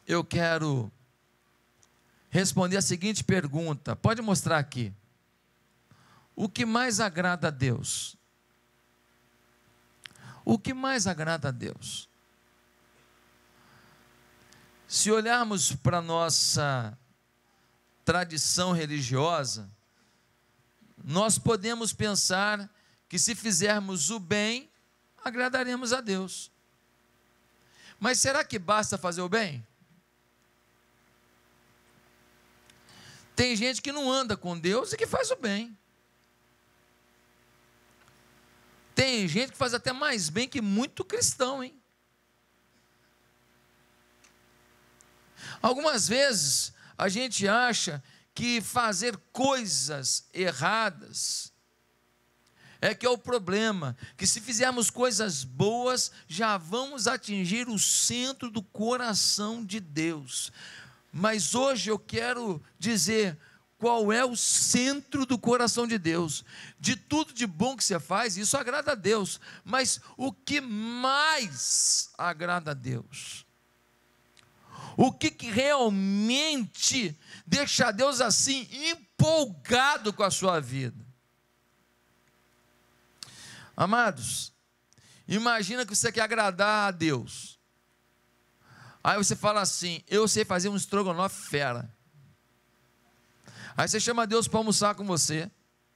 eu quero responder a seguinte pergunta. Pode mostrar aqui. O que mais agrada a Deus? O que mais agrada a Deus? Se olharmos para a nossa tradição religiosa, nós podemos pensar que se fizermos o bem, agradaremos a Deus. Mas será que basta fazer o bem? Tem gente que não anda com Deus e que faz o bem. Tem gente que faz até mais bem que muito cristão, hein? Algumas vezes a gente acha que fazer coisas erradas é que é o problema, que se fizermos coisas boas, já vamos atingir o centro do coração de Deus. Mas hoje eu quero dizer qual é o centro do coração de Deus. De tudo de bom que você faz, isso agrada a Deus. Mas o que mais agrada a Deus? O que realmente deixa Deus assim empolgado com a sua vida? Amados, imagina que você quer agradar a Deus. Aí você fala assim: eu sei fazer um estrogonofe fera. Aí você chama Deus para almoçar com você,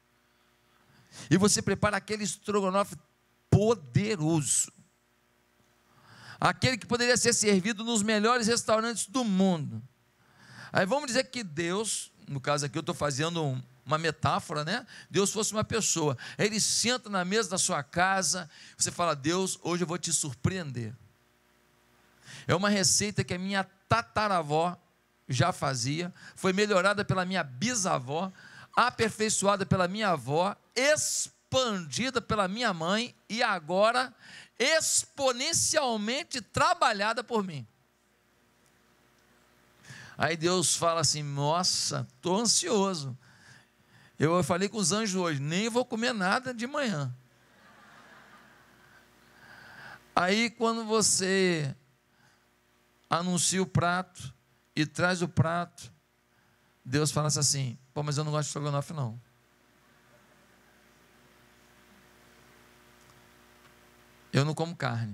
e você prepara aquele estrogonofe poderoso, aquele que poderia ser servido nos melhores restaurantes do mundo. Aí vamos dizer que Deus, no caso aqui eu estou fazendo uma metáfora, né? Deus fosse uma pessoa, Ele senta na mesa da sua casa, você fala: Deus, hoje eu vou te surpreender. É uma receita que a minha tataravó já fazia, foi melhorada pela minha bisavó, aperfeiçoada pela minha avó, expandida pela minha mãe e agora exponencialmente trabalhada por mim. Aí Deus fala assim: nossa, estou ansioso. Eu falei com os anjos hoje, nem vou comer nada de manhã. Aí quando você anuncia o prato e traz o prato, Deus fala assim: pô, mas eu não gosto de estrogonofe não. Eu não como carne.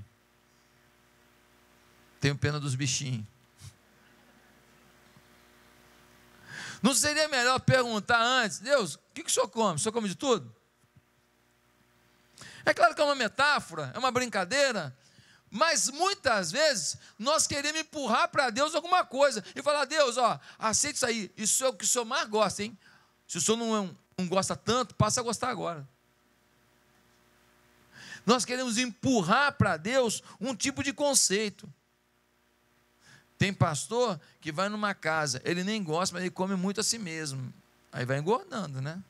Tenho pena dos bichinhos. Não seria melhor perguntar antes: Deus, o que o senhor come? O senhor come de tudo? É claro que é uma metáfora, é uma brincadeira, mas muitas vezes nós queremos empurrar para Deus alguma coisa e falar: Deus, ó, aceita isso aí, isso é o que o senhor mais gosta, hein? Se o senhor não gosta tanto, passa a gostar agora. Nós queremos empurrar para Deus um tipo de conceito. Tem pastor que vai numa casa, ele nem gosta, mas ele come muito a si mesmo. Aí vai engordando, né?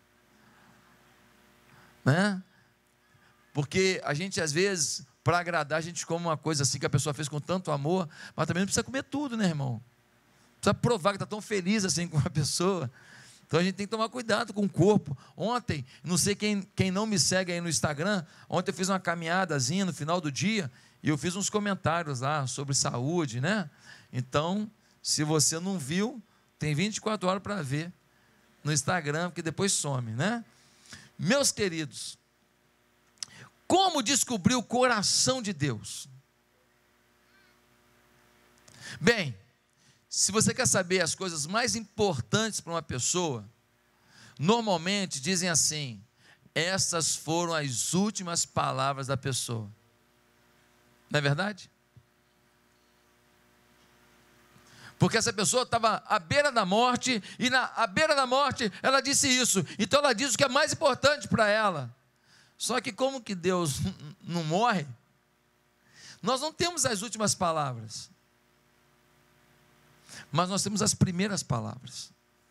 Porque a gente, às vezes, para agradar, a gente come uma coisa assim que a pessoa fez com tanto amor, mas também não precisa comer tudo, né, irmão? Precisa provar que está tão feliz assim com a pessoa. Então a gente tem que tomar cuidado com o corpo. Ontem, não sei quem não me segue aí no Instagram, ontem eu fiz uma caminhadazinha no final do dia, e eu fiz uns comentários lá sobre saúde, né? Então, se você não viu, tem 24 horas para ver no Instagram, porque depois some, né? Meus queridos, como descobrir o coração de Deus? Bem, se você quer saber as coisas mais importantes para uma pessoa, normalmente dizem assim: essas foram as últimas palavras da pessoa. Não é verdade? Porque essa pessoa estava à beira da morte, e à beira da morte ela disse isso, então ela diz o que é mais importante para ela. Só que como que Deus não morre, nós não temos as últimas palavras, mas nós temos as primeiras palavras.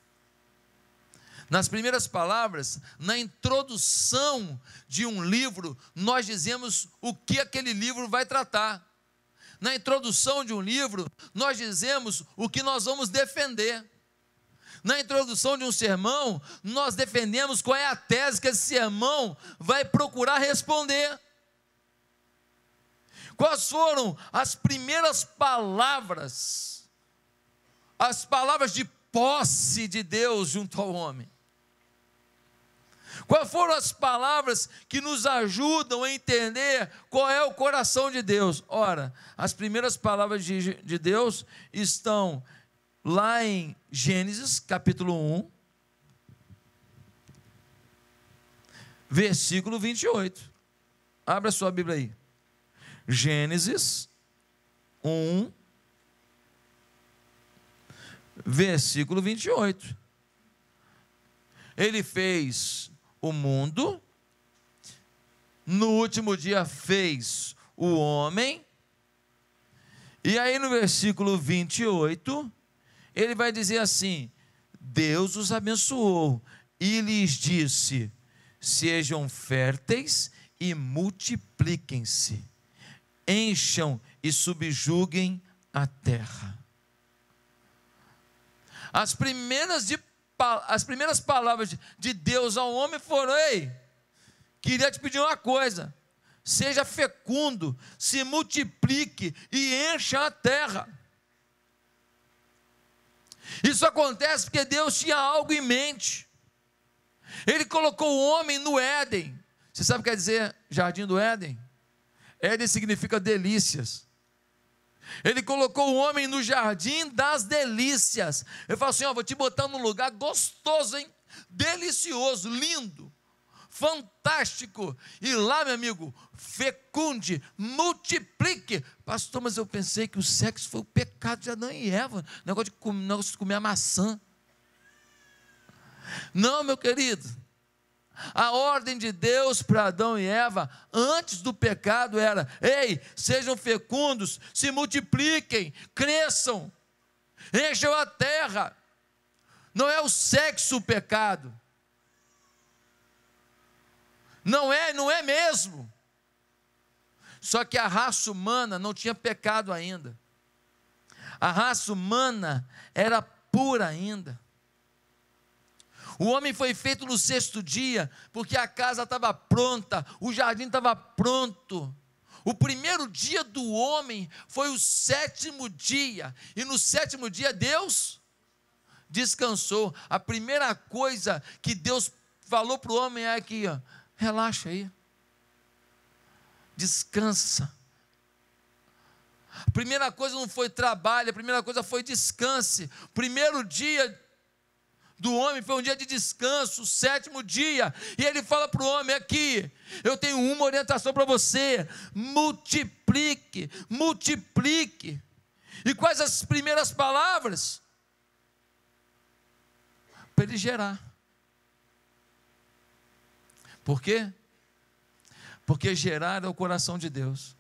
Nas primeiras palavras, na introdução de um livro, nós dizemos o que aquele livro vai tratar. Na introdução de um livro, nós dizemos o que nós vamos defender. Na introdução de um sermão, nós defendemos qual é a tese que esse sermão vai procurar responder. Quais foram as primeiras palavras as palavras de posse de Deus junto ao homem? Quais foram as palavras que nos ajudam a entender qual é o coração de Deus? Ora, as primeiras palavras de Deus estão lá em Gênesis, capítulo 1, versículo 28. Abra a sua Bíblia aí. Gênesis 1, versículo 28. Ele fez o mundo, no último dia fez o homem, e aí no versículo 28, ele vai dizer assim: Deus os abençoou e lhes disse: sejam férteis e multipliquem-se, encham e subjuguem a terra. As primeiras palavras de Deus ao homem foram: ei, queria te pedir uma coisa, seja fecundo, se multiplique e encha a terra. Isso acontece porque Deus tinha algo em mente. Ele colocou o homem no Éden. Você sabe o que quer dizer jardim do Éden? Éden significa delícias. Ele colocou o homem no jardim das delícias. Ele falou assim: ó, vou te botar num lugar gostoso, hein? Delicioso, lindo, fantástico. E lá, meu amigo, fecunde, multiplique. Pastor, mas eu pensei que o sexo foi o pecado de Adão e Eva. Negócio de comer a maçã. Não, meu querido. A ordem de Deus para Adão e Eva, antes do pecado, era: ei, sejam fecundos, se multipliquem, cresçam, encham a terra. Não é o sexo o pecado. Não é mesmo. Só que a raça humana não tinha pecado ainda. A raça humana era pura ainda. O homem foi feito no sexto dia, porque a casa estava pronta, o jardim estava pronto. O primeiro dia do homem foi o sétimo dia, e no sétimo dia Deus descansou. A primeira coisa que Deus falou para o homem é aqui, ó: relaxa aí, descansa. A primeira coisa não foi trabalho, a primeira coisa foi descanse. O primeiro dia do homem foi um dia de descanso, o sétimo dia, e ele fala para o homem aqui: eu tenho uma orientação para você, multiplique, multiplique. E quais as primeiras palavras? Para ele gerar. Por quê? Porque gerar é o coração de Deus.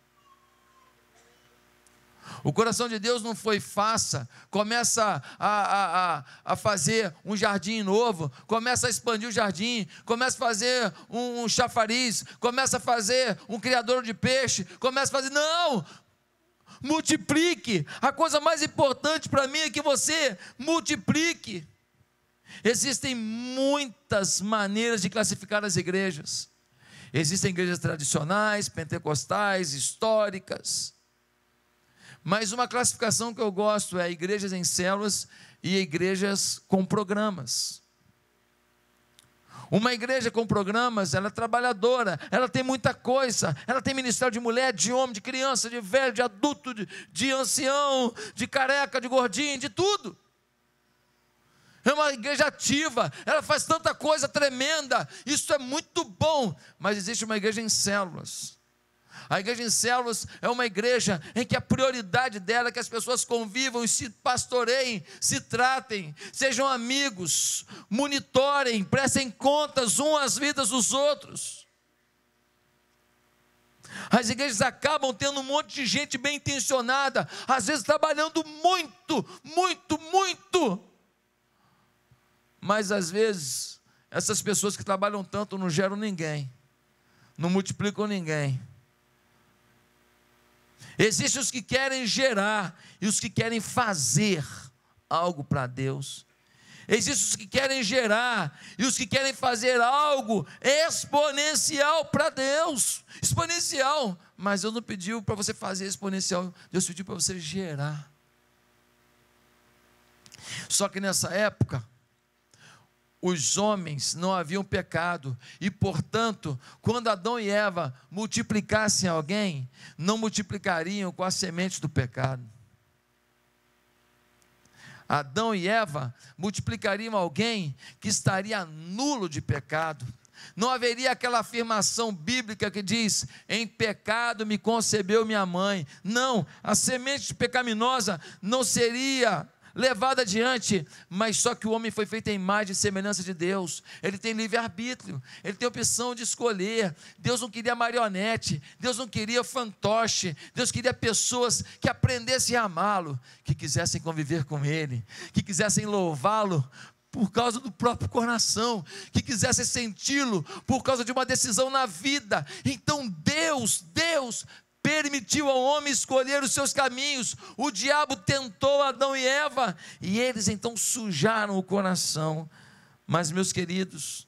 O coração de Deus não foi: faça, começa a fazer um jardim novo, começa a expandir o jardim, começa a fazer um chafariz, começa a fazer um criador de peixe, começa a fazer. Não! Multiplique. A coisa mais importante para mim é que você multiplique. Existem muitas maneiras de classificar as igrejas. Existem igrejas tradicionais, pentecostais, históricas. Mas uma classificação que eu gosto é igrejas em células e igrejas com programas. Uma igreja com programas, ela é trabalhadora, ela tem muita coisa, ela tem ministério de mulher, de homem, de criança, de velho, de adulto, de ancião, de careca, de gordinho, de tudo. É uma igreja ativa, ela faz tanta coisa tremenda, isso é muito bom. Mas existe uma igreja em células. A igreja em células é uma igreja em que a prioridade dela é que as pessoas convivam e se pastoreiem, se tratem, sejam amigos, monitorem, prestem contas uns às vidas dos outros. As igrejas acabam tendo um monte de gente bem intencionada, às vezes trabalhando muito, muito, muito. Mas às vezes, essas pessoas que trabalham tanto não geram ninguém, não multiplicam ninguém. Existem os que querem gerar e os que querem fazer algo para Deus. Existem os que querem gerar e os que querem fazer algo exponencial para Deus. Exponencial, mas Deus não pediu para você fazer exponencial, Deus pediu para você gerar. Só que nessa época, os homens não haviam pecado, e portanto, quando Adão e Eva multiplicassem alguém, não multiplicariam com a semente do pecado. Adão e Eva multiplicariam alguém que estaria nulo de pecado. Não haveria aquela afirmação bíblica que diz: em pecado me concebeu minha mãe. Não, a semente pecaminosa não seria levada adiante, mas só que o homem foi feito em imagem e semelhança de Deus. Ele tem livre-arbítrio, ele tem opção de escolher. Deus não queria marionete, Deus não queria fantoche, Deus queria pessoas que aprendessem a amá-lo, que quisessem conviver com ele, que quisessem louvá-lo por causa do próprio coração, que quisessem senti-lo por causa de uma decisão na vida. Então Deus permitiu ao homem escolher os seus caminhos. O diabo tentou Adão e Eva, e eles então sujaram o coração. Mas, meus queridos,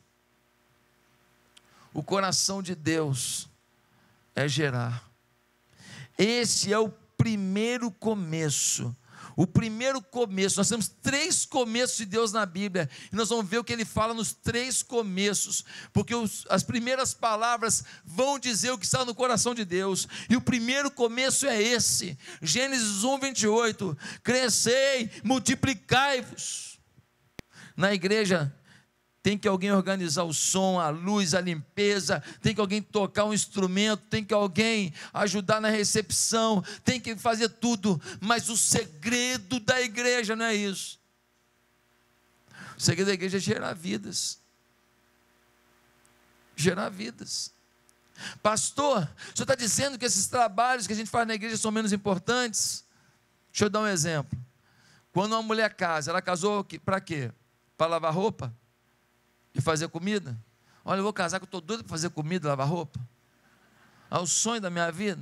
o coração de Deus é gerar. Esse é o primeiro começo. O primeiro começo, nós temos 3 começos de Deus na Bíblia, e nós vamos ver o que ele fala nos 3 começos, porque as primeiras palavras vão dizer o que está no coração de Deus, e o primeiro começo é esse, Gênesis 1, 28, crescei, multiplicai-vos. Na igreja, tem que alguém organizar o som, a luz, a limpeza, tem que alguém tocar um instrumento, tem que alguém ajudar na recepção, tem que fazer tudo, mas o segredo da igreja não é isso. O segredo da igreja é gerar vidas. Gerar vidas. Pastor, o senhor está dizendo que esses trabalhos que a gente faz na igreja são menos importantes? Deixa eu dar um exemplo. Quando uma mulher casa, ela casou para quê? Para lavar roupa? E fazer comida? Olha, eu vou casar, que eu estou doido para fazer comida, lavar roupa. É o sonho da minha vida.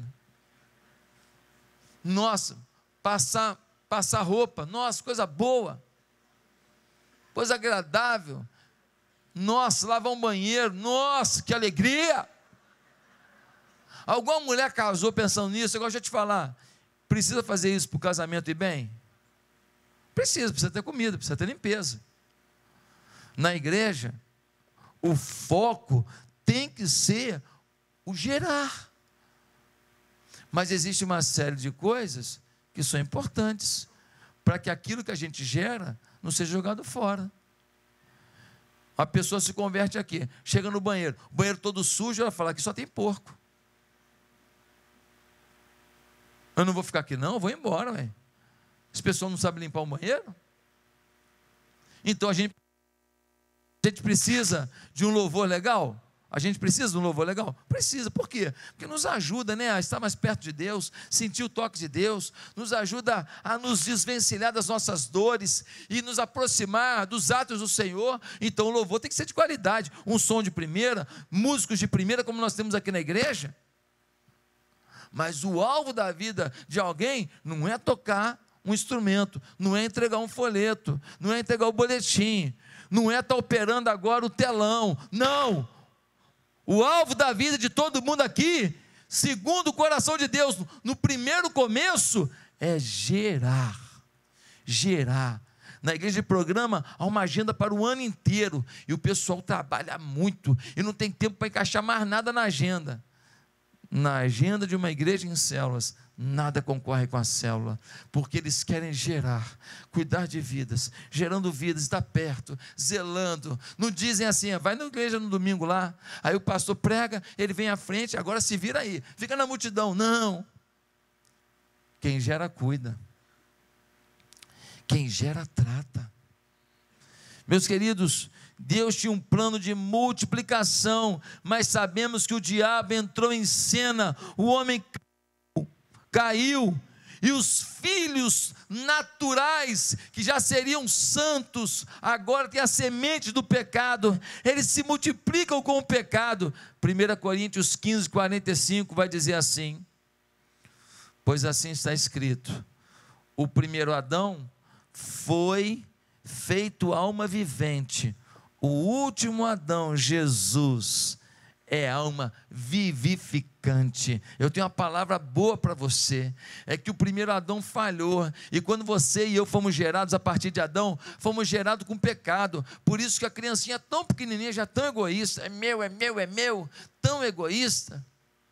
Nossa, passar roupa, nossa, coisa boa, coisa agradável. Nossa, lavar um banheiro, nossa, que alegria. Alguma mulher casou pensando nisso? Agora deixa eu te falar, precisa fazer isso para o casamento ir bem? Precisa ter comida, precisa ter limpeza. Na igreja, o foco tem que ser o gerar. Mas existe uma série de coisas que são importantes para que aquilo que a gente gera não seja jogado fora. A pessoa se converte aqui, chega no banheiro, o banheiro todo sujo, ela fala que só tem porco. Eu não vou ficar aqui não, eu vou embora, ué. As pessoas não sabem limpar o banheiro? Então a gente precisa de um louvor legal? A gente precisa de um louvor legal? Precisa, por quê? Porque nos ajuda, a estar mais perto de Deus, sentir o toque de Deus, nos ajuda a nos desvencilhar das nossas dores e nos aproximar dos atos do Senhor. Então o louvor tem que ser de qualidade, um som de primeira, músicos de primeira, como nós temos aqui na igreja. Mas o alvo da vida de alguém não é tocar um instrumento, não é entregar um folheto, não é entregar o boletim, não é estar operando agora o telão, não. O alvo da vida de todo mundo aqui, segundo o coração de Deus, no primeiro começo, é gerar. Na igreja de programa, há uma agenda para o ano inteiro, e o pessoal trabalha muito, e não tem tempo para encaixar mais nada na agenda. Na agenda de uma igreja em células, nada concorre com a célula, porque eles querem gerar, cuidar de vidas, gerando vidas, estar perto, zelando. Não dizem assim, vai na igreja no domingo lá, aí o pastor prega, ele vem à frente, agora se vira aí, fica na multidão. Não, quem gera cuida, quem gera trata. Meus queridos, Deus tinha um plano de multiplicação, mas sabemos que o diabo entrou em cena, o homem caiu, e os filhos naturais, que já seriam santos, agora tem a semente do pecado, eles se multiplicam com o pecado. 1 Coríntios 15, 45 vai dizer assim: pois assim está escrito, o primeiro Adão foi feito alma vivente, o último Adão, Jesus, é alma vivificante. Eu tenho uma palavra boa para você, é que o primeiro Adão falhou, e quando você e eu fomos gerados a partir de Adão, fomos gerados com pecado. Por isso que a criancinha tão pequenininha, já tão egoísta, é meu, é meu, é meu, tão egoísta.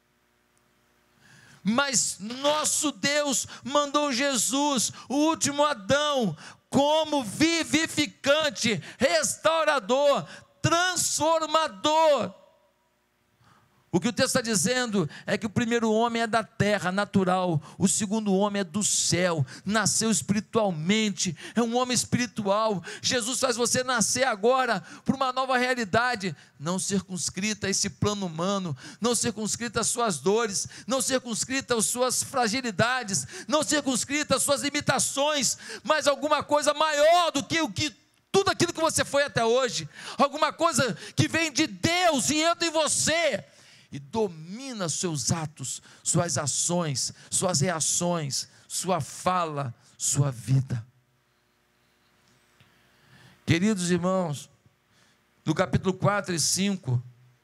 Mas nosso Deus mandou Jesus, o último Adão, como vivificante, restaurador, transformador. O que o texto está dizendo é que o primeiro homem é da terra, natural, o segundo homem é do céu, nasceu espiritualmente, é um homem espiritual. Jesus faz você nascer agora para uma nova realidade, não circunscrita a esse plano humano, não circunscrita às suas dores, não circunscrita às suas fragilidades, não circunscrita às suas limitações, mas alguma coisa maior do que tudo aquilo que você foi até hoje, alguma coisa que vem de Deus e entra em você, e domina seus atos, suas ações, suas reações, sua fala, sua vida. Queridos irmãos, no capítulo 4 e 5,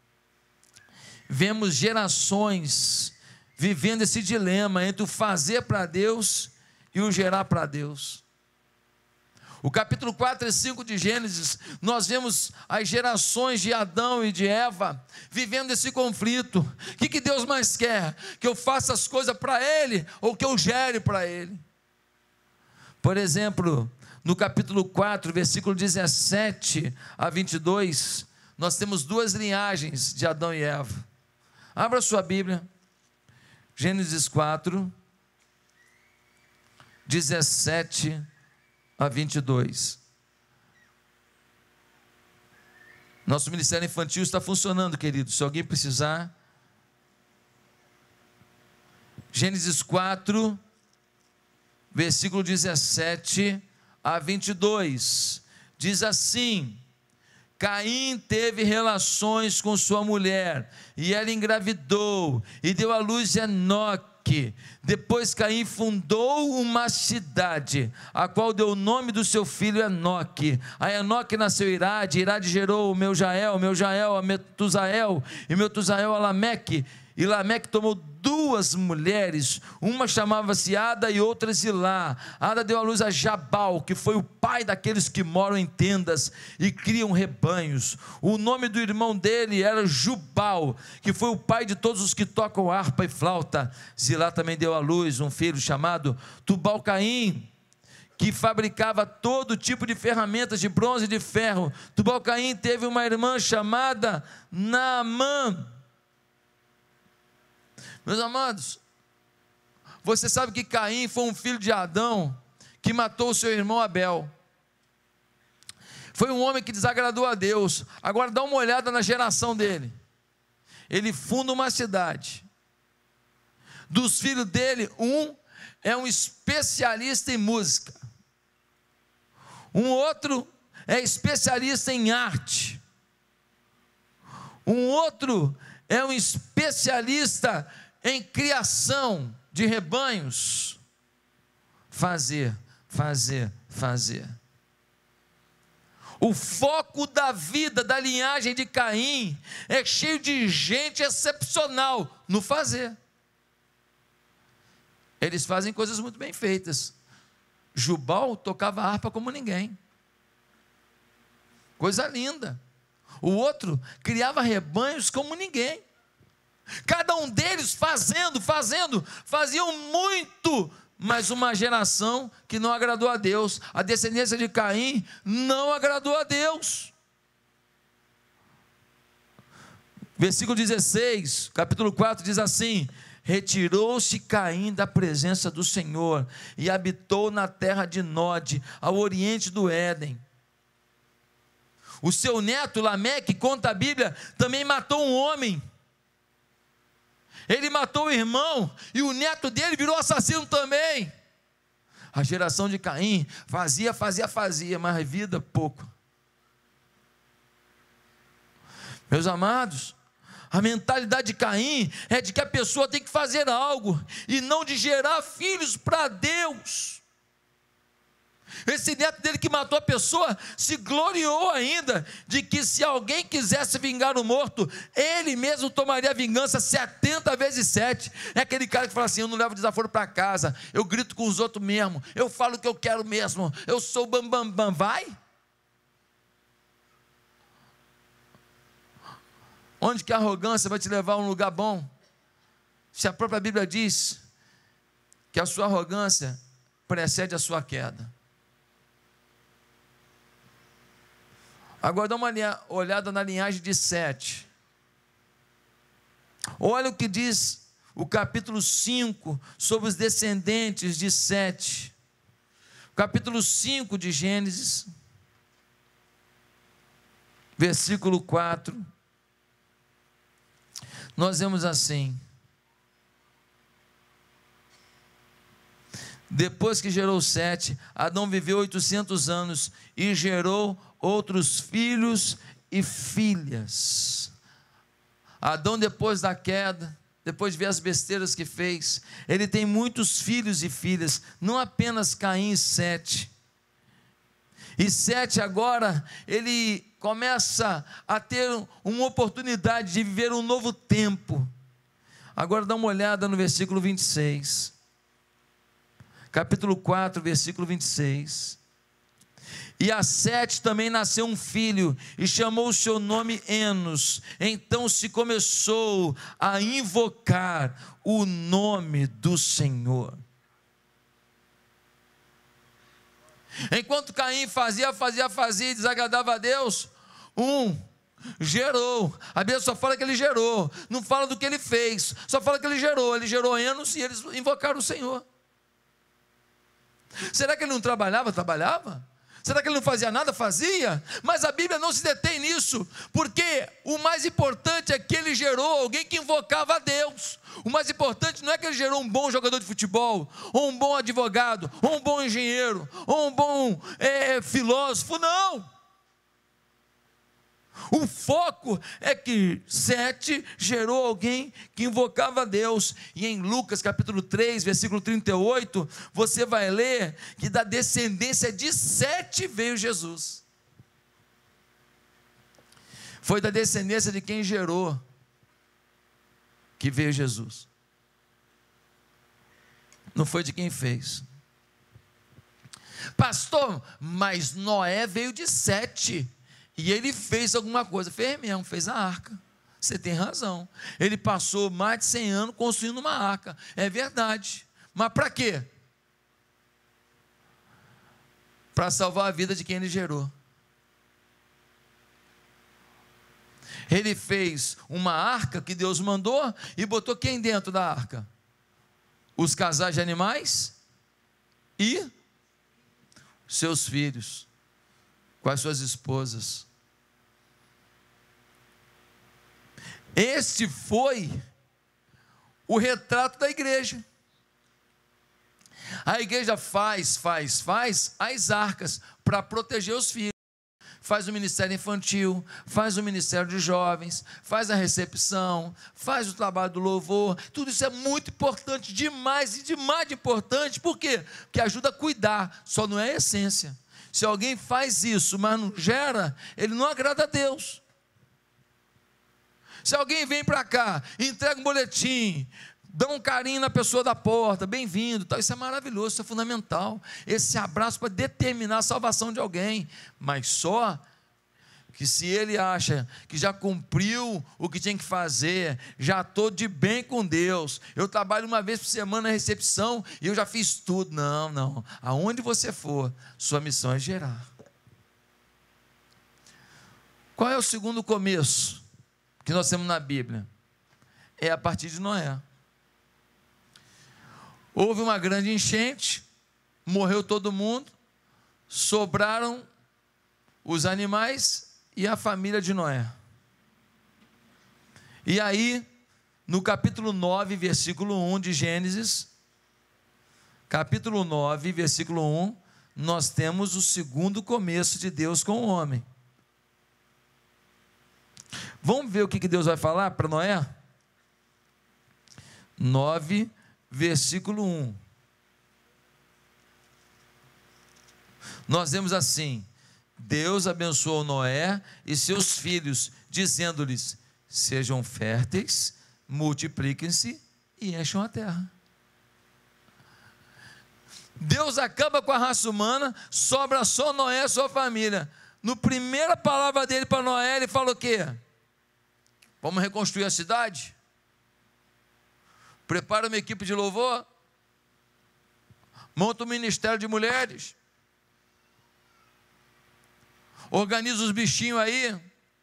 vemos gerações vivendo esse dilema entre o fazer para Deus e o gerar para Deus. O capítulo 4 e 5 de Gênesis, nós vemos as gerações de Adão e de Eva vivendo esse conflito. O que Deus mais quer? Que eu faça as coisas para Ele ou que eu gere para Ele? Por exemplo, no capítulo 4, versículo 17 a 22, nós temos duas linhagens de Adão e Eva. Abra sua Bíblia, Gênesis 4, 17 a 22. Nosso ministério infantil está funcionando, querido. Se alguém precisar. Gênesis 4, versículo 17 a 22. Diz assim: Caim teve relações com sua mulher, e ela engravidou, e deu à luz Enoque. Depois Caim fundou uma cidade, a qual deu o nome do seu filho Enoque. A Enoque nasceu Irade, Irade gerou Meujael, Meujael a Metusael, e Metusael a Lameque. E Lameque tomou duas mulheres, uma chamava-se Ada e outra Zilá. Ada deu à luz a Jabal, que foi o pai daqueles que moram em tendas e criam rebanhos. O nome do irmão dele era Jubal, que foi o pai de todos os que tocam harpa e flauta. Zilá também deu à luz um filho chamado Tubal-Caim, que fabricava todo tipo de ferramentas de bronze e de ferro. Tubal-Caim teve uma irmã chamada Naamã. Meus amados, você sabe que Caim foi um filho de Adão que matou o seu irmão Abel. Foi um homem que desagradou a Deus. Agora dá uma olhada na geração dele. Ele funda uma cidade. Dos filhos dele, um é um especialista em música. Um outro é especialista em arte. Um outro é um especialista em criação de rebanhos. Fazer. O foco da vida, da linhagem de Caim, é cheio de gente excepcional no fazer. Eles fazem coisas muito bem feitas. Jubal tocava harpa como ninguém. Coisa linda. O outro criava rebanhos como ninguém. Cada um deles faziam muito, mas uma geração que não agradou a Deus. A descendência de Caim não agradou a Deus. Versículo 16, capítulo 4 diz assim: retirou-se Caim da presença do Senhor e habitou na terra de Nod, ao oriente do Éden. O seu neto Lameque, conta a Bíblia, também matou um homem. Ele matou o irmão e o neto dele virou assassino também. A geração de Caim fazia, mas vida pouco. Meus amados, a mentalidade de Caim é de que a pessoa tem que fazer algo e não de gerar filhos para Deus. Esse neto dele que matou a pessoa se gloriou ainda de que se alguém quisesse vingar o morto, ele mesmo tomaria a vingança 70 vezes 7. É aquele cara que fala assim: eu não levo desaforo para casa, eu grito com os outros mesmo, eu falo o que eu quero mesmo, eu sou o bam, bam, bam. Vai? Onde que a arrogância vai te levar a um lugar bom? Se a própria Bíblia diz que a sua arrogância precede a sua queda. Agora dá uma olhada na linhagem de Sete. Olha o que diz o capítulo 5 sobre os descendentes de Sete. Capítulo 5 de Gênesis, versículo 4. Nós vemos assim: depois que gerou Sete, Adão viveu 800 anos e gerou outros filhos e filhas. Adão, depois da queda, depois de ver as besteiras que fez, ele tem muitos filhos e filhas, não apenas Caim e Sete. E Sete agora, ele começa a ter uma oportunidade de viver um novo tempo. Agora dá uma olhada no versículo 26. Capítulo 4, versículo 26. E a Sete também nasceu um filho, e chamou o seu nome Enos. Então se começou a invocar o nome do Senhor. Enquanto Caim fazia e desagradava a Deus, gerou. A Bíblia só fala que ele gerou, não fala do que ele fez, só fala que ele gerou Enos, e eles invocaram o Senhor. Será que ele não trabalhava? Trabalhava. Será que ele não fazia nada? Fazia. Mas a Bíblia não se detém nisso, porque o mais importante é que ele gerou alguém que invocava a Deus. O mais importante não é que ele gerou um bom jogador de futebol, ou um bom advogado, ou um bom engenheiro, ou um bom filósofo, não. O foco é que Sete gerou alguém que invocava a Deus. E em Lucas capítulo 3, versículo 38, você vai ler que da descendência de Sete veio Jesus. Foi da descendência de quem gerou que veio Jesus. Não foi de quem fez. Pastor, mas Noé veio de Sete. E ele fez alguma coisa, fez mesmo, fez a arca. Você tem razão. Ele passou mais de 100 anos construindo uma arca. É verdade. Mas para quê? Para salvar a vida de quem ele gerou. Ele fez uma arca que Deus mandou e botou quem dentro da arca? Os casais de animais e seus filhos, com as suas esposas. Este foi o retrato da igreja. A igreja faz as arcas para proteger os filhos. Faz o ministério infantil, faz o ministério de jovens, faz a recepção, faz o trabalho do louvor. Tudo isso é muito importante, demais e demais de importante. Por quê? Porque ajuda a cuidar, só não é a essência. Se alguém faz isso, mas não gera, ele não agrada a Deus. Se alguém vem para cá, entrega um boletim, dá um carinho na pessoa da porta, bem-vindo, tal, isso é maravilhoso, isso é fundamental. Esse abraço para determinar a salvação de alguém, mas só que se ele acha que já cumpriu o que tinha que fazer, já estou de bem com Deus, eu trabalho uma vez por semana na recepção e eu já fiz tudo. Não, aonde você for, sua missão é gerar. Qual é o segundo começo que nós temos na Bíblia? É a partir de Noé. Houve uma grande enchente, morreu todo mundo, sobraram os animais e a família de Noé. E aí, no capítulo 9, versículo 1 de Gênesis, capítulo 9, versículo 1, nós temos o segundo começo de Deus com o homem. Vamos ver o que Deus vai falar para Noé? 9, versículo 1. nós vemos assim: Deus abençoou Noé e seus filhos, dizendo-lhes: sejam férteis, multipliquem-se e encham a terra. Deus acaba com a raça humana, sobra só Noé e sua família. No primeira palavra dele para Noé, ele falou o quê? Vamos reconstruir a cidade? Prepara uma equipe de louvor, monta um ministério de mulheres, organiza os bichinhos aí,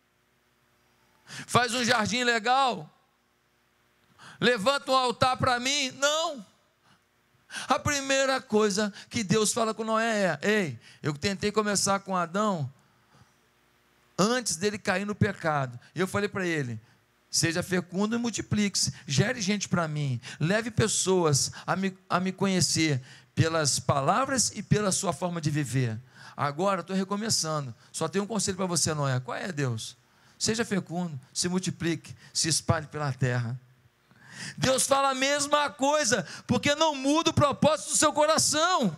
faz um jardim legal, levanta um altar para mim. Não. A primeira coisa que Deus fala com Noé é: ei, eu tentei começar com Adão antes dele cair no pecado, e eu falei para ele: seja fecundo e multiplique-se, gere gente para mim, leve pessoas a me conhecer pelas palavras e pela sua forma de viver. Agora estou recomeçando, só tenho um conselho para você, Noé. Qual é, Deus? Seja fecundo, se multiplique, se espalhe pela terra. Deus fala a mesma coisa, porque não muda o propósito do seu coração.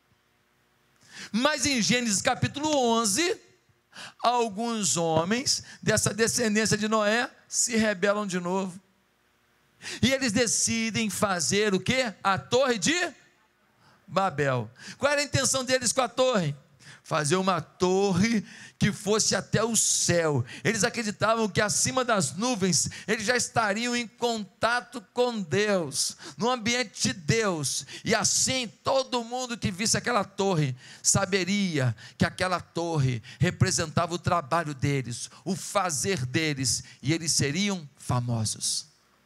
Mas em Gênesis capítulo 11, alguns homens dessa descendência de Noé se rebelam de novo, e eles decidem fazer o quê? A torre de Babel. Qual era a intenção deles com a torre? Fazer uma torre que fosse até o céu. Eles acreditavam que acima das nuvens eles já estariam em contato com Deus, no ambiente de Deus, e assim todo mundo que visse aquela torre saberia que aquela torre representava o trabalho deles, o fazer deles, e eles seriam famosos.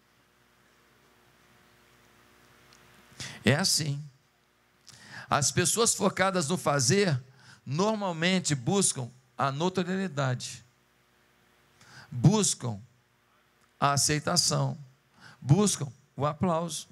É assim. As pessoas focadas no fazer normalmente buscam a notoriedade, buscam a aceitação, buscam o aplauso.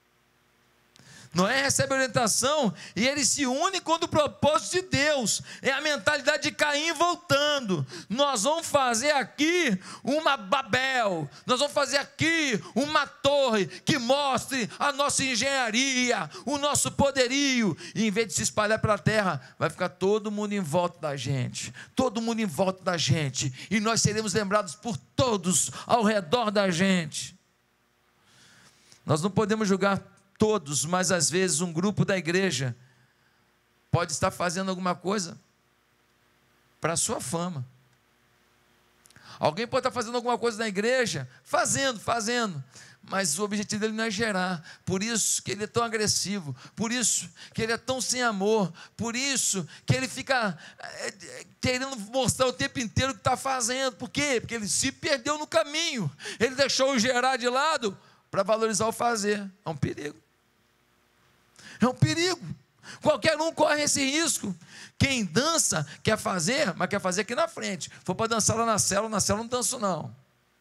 Noé recebe orientação e ele se une com o propósito de Deus. É a mentalidade de Caim voltando. Nós vamos fazer aqui uma Babel, nós vamos fazer aqui uma torre que mostre a nossa engenharia, o nosso poderio, e em vez de se espalhar pela terra, vai ficar todo mundo em volta da gente, todo mundo em volta da gente, e nós seremos lembrados por todos ao redor da gente. Nós não podemos julgar todos, mas às vezes um grupo da igreja pode estar fazendo alguma coisa para a sua fama. Alguém pode estar fazendo alguma coisa na igreja, fazendo, mas o objetivo dele não é gerar. Por isso que ele é tão agressivo, por isso que ele é tão sem amor, por isso que ele fica querendo mostrar o tempo inteiro o que está fazendo. Por quê? Porque ele se perdeu no caminho, ele deixou o gerar de lado para valorizar o fazer. É um perigo. É um perigo. Qualquer um corre esse risco. Quem dança quer fazer, mas quer fazer aqui na frente. For para dançar lá na célula não danço não.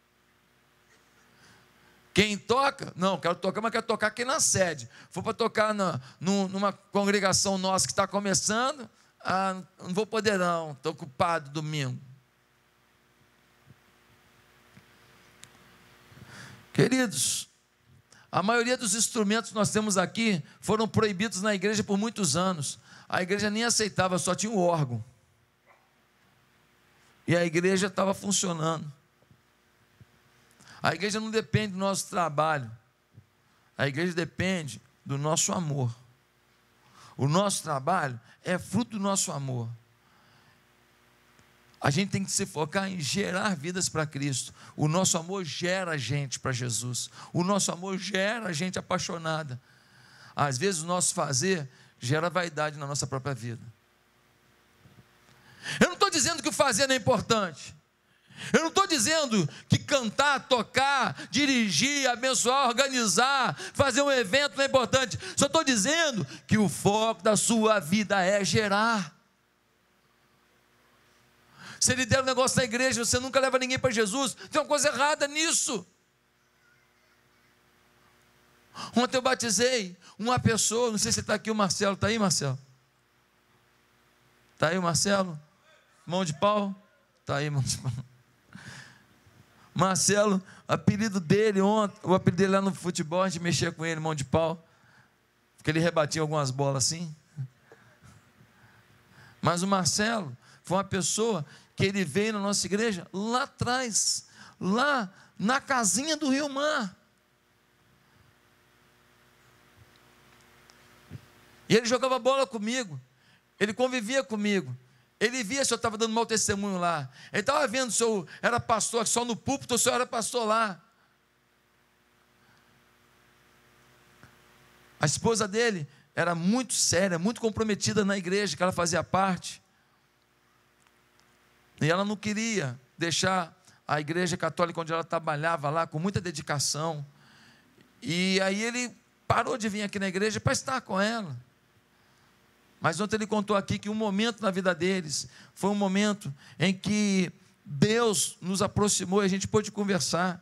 Quem toca, não, quero tocar, mas quero tocar aqui na sede. For para tocar numa congregação nossa que está começando, não vou poder não, estou ocupado domingo. Queridos, a maioria dos instrumentos que nós temos aqui foram proibidos na igreja por muitos anos. A igreja nem aceitava, só tinha o órgão. E a igreja estava funcionando. A igreja não depende do nosso trabalho. A igreja depende do nosso amor. O nosso trabalho é fruto do nosso amor. A gente tem que se focar em gerar vidas para Cristo. O nosso amor gera gente para Jesus. O nosso amor gera gente apaixonada. Às vezes o nosso fazer gera vaidade na nossa própria vida. Eu não estou dizendo que o fazer não é importante. Eu não estou dizendo que cantar, tocar, dirigir, abençoar, organizar, fazer um evento não é importante. Só estou dizendo que o foco da sua vida é gerar. Se ele der um negócio na igreja, você nunca leva ninguém para Jesus, tem uma coisa errada nisso. Ontem eu batizei uma pessoa, não sei se está aqui o Marcelo, está aí, Marcelo? Está aí o Marcelo? Mão de pau? Está aí, mão de pau. Marcelo, apelido dele ontem, o apelido dele lá no futebol, a gente mexia com ele, mão de pau, porque ele rebatia algumas bolas assim. Mas o Marcelo foi uma pessoa que ele veio na nossa igreja lá atrás, lá na casinha do Rio Mar. E ele jogava bola comigo, ele convivia comigo, ele via se eu estava dando mau testemunho lá, ele estava vendo se eu era pastor só no púlpito ou se eu era pastor lá. A esposa dele era muito séria, muito comprometida na igreja que ela fazia parte, e ela não queria deixar a igreja católica onde ela trabalhava lá, com muita dedicação, e aí ele parou de vir aqui na igreja para estar com ela. Mas ontem ele contou aqui que um momento na vida deles foi um momento em que Deus nos aproximou e a gente pôde conversar.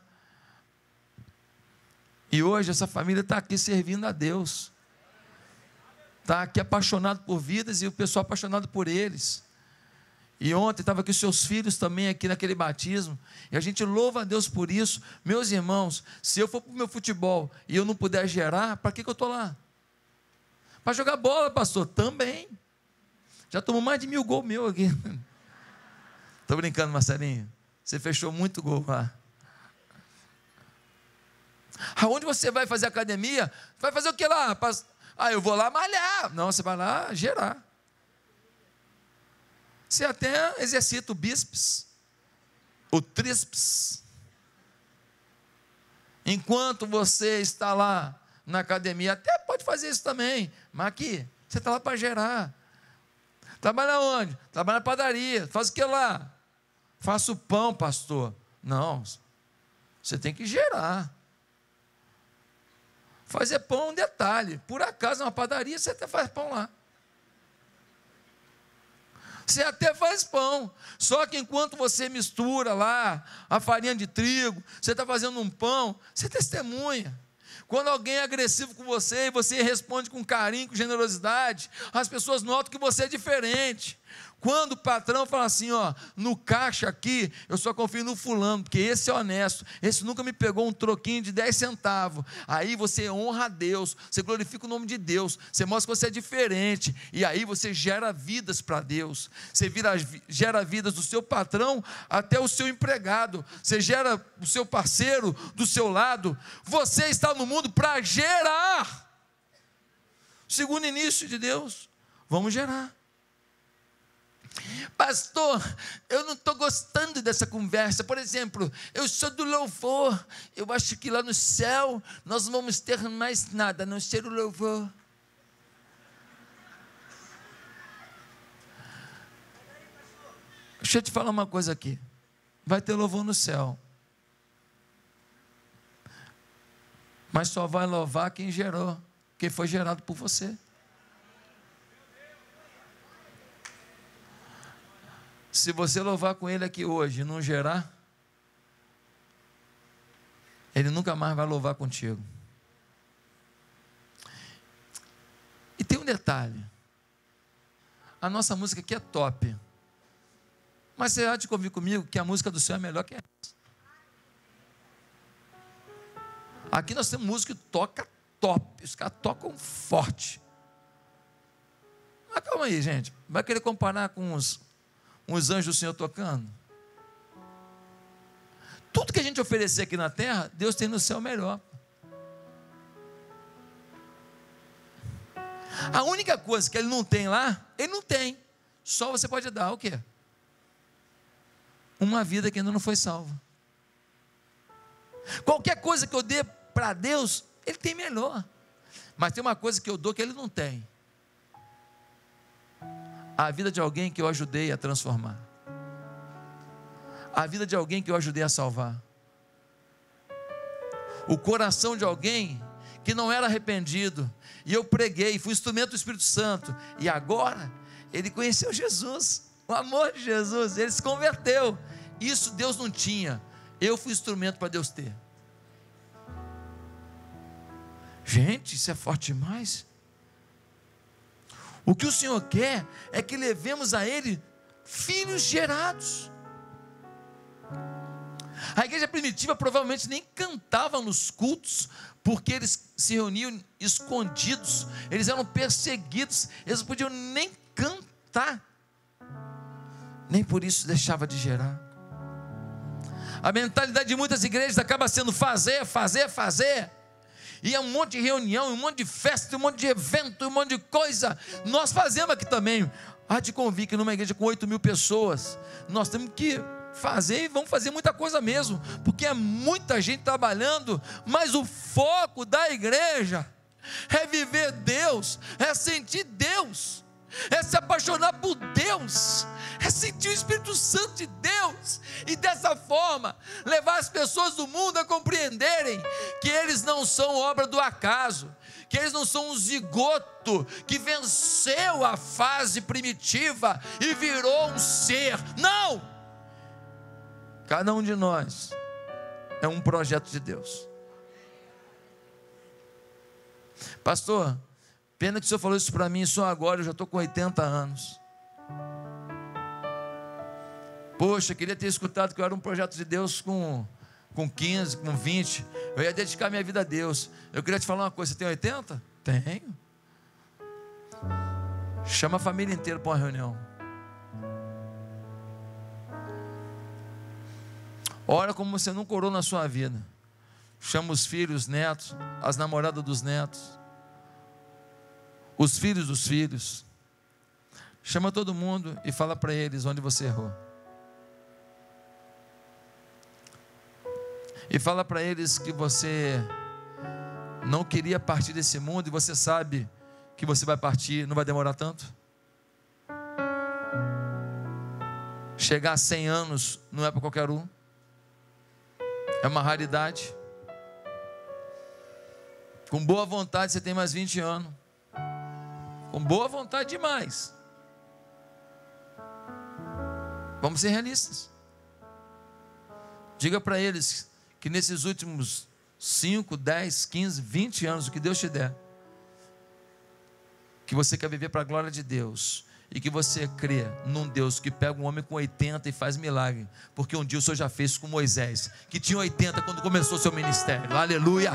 E hoje essa família está aqui servindo a Deus. Está aqui apaixonado por vidas e o pessoal apaixonado por eles. E ontem estava aqui seus filhos também aqui naquele batismo. E a gente louva a Deus por isso. Meus irmãos, se eu for para o meu futebol e eu não puder gerar, para que eu estou lá? Para jogar bola, pastor, também. Já tomou mais de 1000 gols meu aqui. Estou brincando, Marcelinho. Você fechou muito gol lá. Aonde você vai fazer academia? Vai fazer o que lá? Eu vou lá malhar. Não, você vai lá gerar. Você até exercita o bíceps, o tríceps. Enquanto você está lá na academia, até pode fazer isso também, mas aqui, você está lá para gerar. Trabalha onde? Trabalha na padaria. Faz o que lá? Faço pão, pastor. Não, você tem que gerar. Fazer pão é um detalhe. Por acaso, numa padaria, você até faz pão lá. Você até faz pão, só que enquanto você mistura lá a farinha de trigo, você está fazendo um pão, você testemunha. Quando alguém é agressivo com você e você responde com carinho, com generosidade, as pessoas notam que você é diferente. Quando o patrão fala assim, no caixa aqui, eu só confio no fulano, porque esse é honesto, esse nunca me pegou um troquinho de 10 centavos. Aí você honra a Deus, você glorifica o nome de Deus, você mostra que você é diferente, e aí você gera vidas para Deus. Você gera vidas do seu patrão até o seu empregado, você gera o seu parceiro do seu lado. Você está no mundo para gerar. Segundo o início de Deus, vamos gerar. Pastor, eu não estou gostando dessa conversa. Por exemplo, eu sou do louvor. Eu acho que lá no céu nós não vamos ter mais nada, a não ser o louvor. Deixa eu te falar uma coisa aqui. Vai ter louvor no céu, mas só vai louvar quem gerou, quem foi gerado por você. Se você louvar com ele aqui hoje e não gerar, ele nunca mais vai louvar contigo. E tem um detalhe, a nossa música aqui é top, mas você há de convir comigo que a música do céu é melhor que essa. Aqui nós temos música que toca top, os caras tocam forte. Mas calma aí, gente, vai querer comparar com uns anjos do Senhor tocando? Tudo que a gente oferecer aqui na terra, Deus tem no céu melhor. A única coisa que Ele não tem lá, Ele não tem. Só você pode dar o quê? Uma vida que ainda não foi salva. Qualquer coisa que eu dê para Deus, Ele tem melhor. Mas tem uma coisa que eu dou que Ele não tem: a vida de alguém que eu ajudei a transformar, a vida de alguém que eu ajudei a salvar, o coração de alguém que não era arrependido, e eu preguei, fui instrumento do Espírito Santo, e agora ele conheceu Jesus, o amor de Jesus, ele se converteu. Isso Deus não tinha, eu fui instrumento para Deus ter. Gente, isso é forte demais. O que o Senhor quer é que levemos a Ele filhos gerados. A igreja primitiva provavelmente nem cantava nos cultos, porque eles se reuniam escondidos, eles eram perseguidos, eles não podiam nem cantar. nem por isso deixava de gerar. A mentalidade de muitas igrejas acaba sendo fazer, fazer, fazer. E é um monte de reunião, um monte de festa, um monte de evento, um monte de coisa. Nós fazemos aqui também. Há de convir que numa igreja com 8.000 pessoas, nós temos que fazer e vamos fazer muita coisa mesmo, porque é muita gente trabalhando, mas o foco da igreja é viver Deus, é sentir Deus, é se apaixonar por Deus, é sentir o Espírito Santo de Deus, e dessa forma levar as pessoas do mundo a compreenderem que eles não são obra do acaso, que eles não são um zigoto que venceu a fase primitiva e virou um ser. Não! Cada um de nós é um projeto de Deus. Pastor, pena que o senhor falou isso para mim só agora, eu já estou com 80 anos. Poxa, queria ter escutado que eu era um projeto de Deus com 15, com 20. Eu ia dedicar minha vida a Deus. Eu queria te falar uma coisa, você tem 80? Tenho. Chama a família inteira para uma reunião. Ora como você nunca orou na sua vida. Chama os filhos, os netos, as namoradas dos netos, os filhos dos filhos. Chama todo mundo e fala para eles onde você errou. E fala para eles que você não queria partir desse mundo e você sabe que você vai partir, não vai demorar tanto. Chegar a 100 anos não é para qualquer um. É uma raridade. Com boa vontade você tem mais 20 anos. Com boa vontade demais. Vamos ser realistas. Diga para eles que nesses últimos 5, 10, 15, 20 anos, o que Deus te der, que você quer viver para a glória de Deus, e que você crê num Deus que pega um homem com 80 e faz milagre, porque um dia o Senhor já fez com Moisés, que tinha 80 quando começou o seu ministério. Aleluia!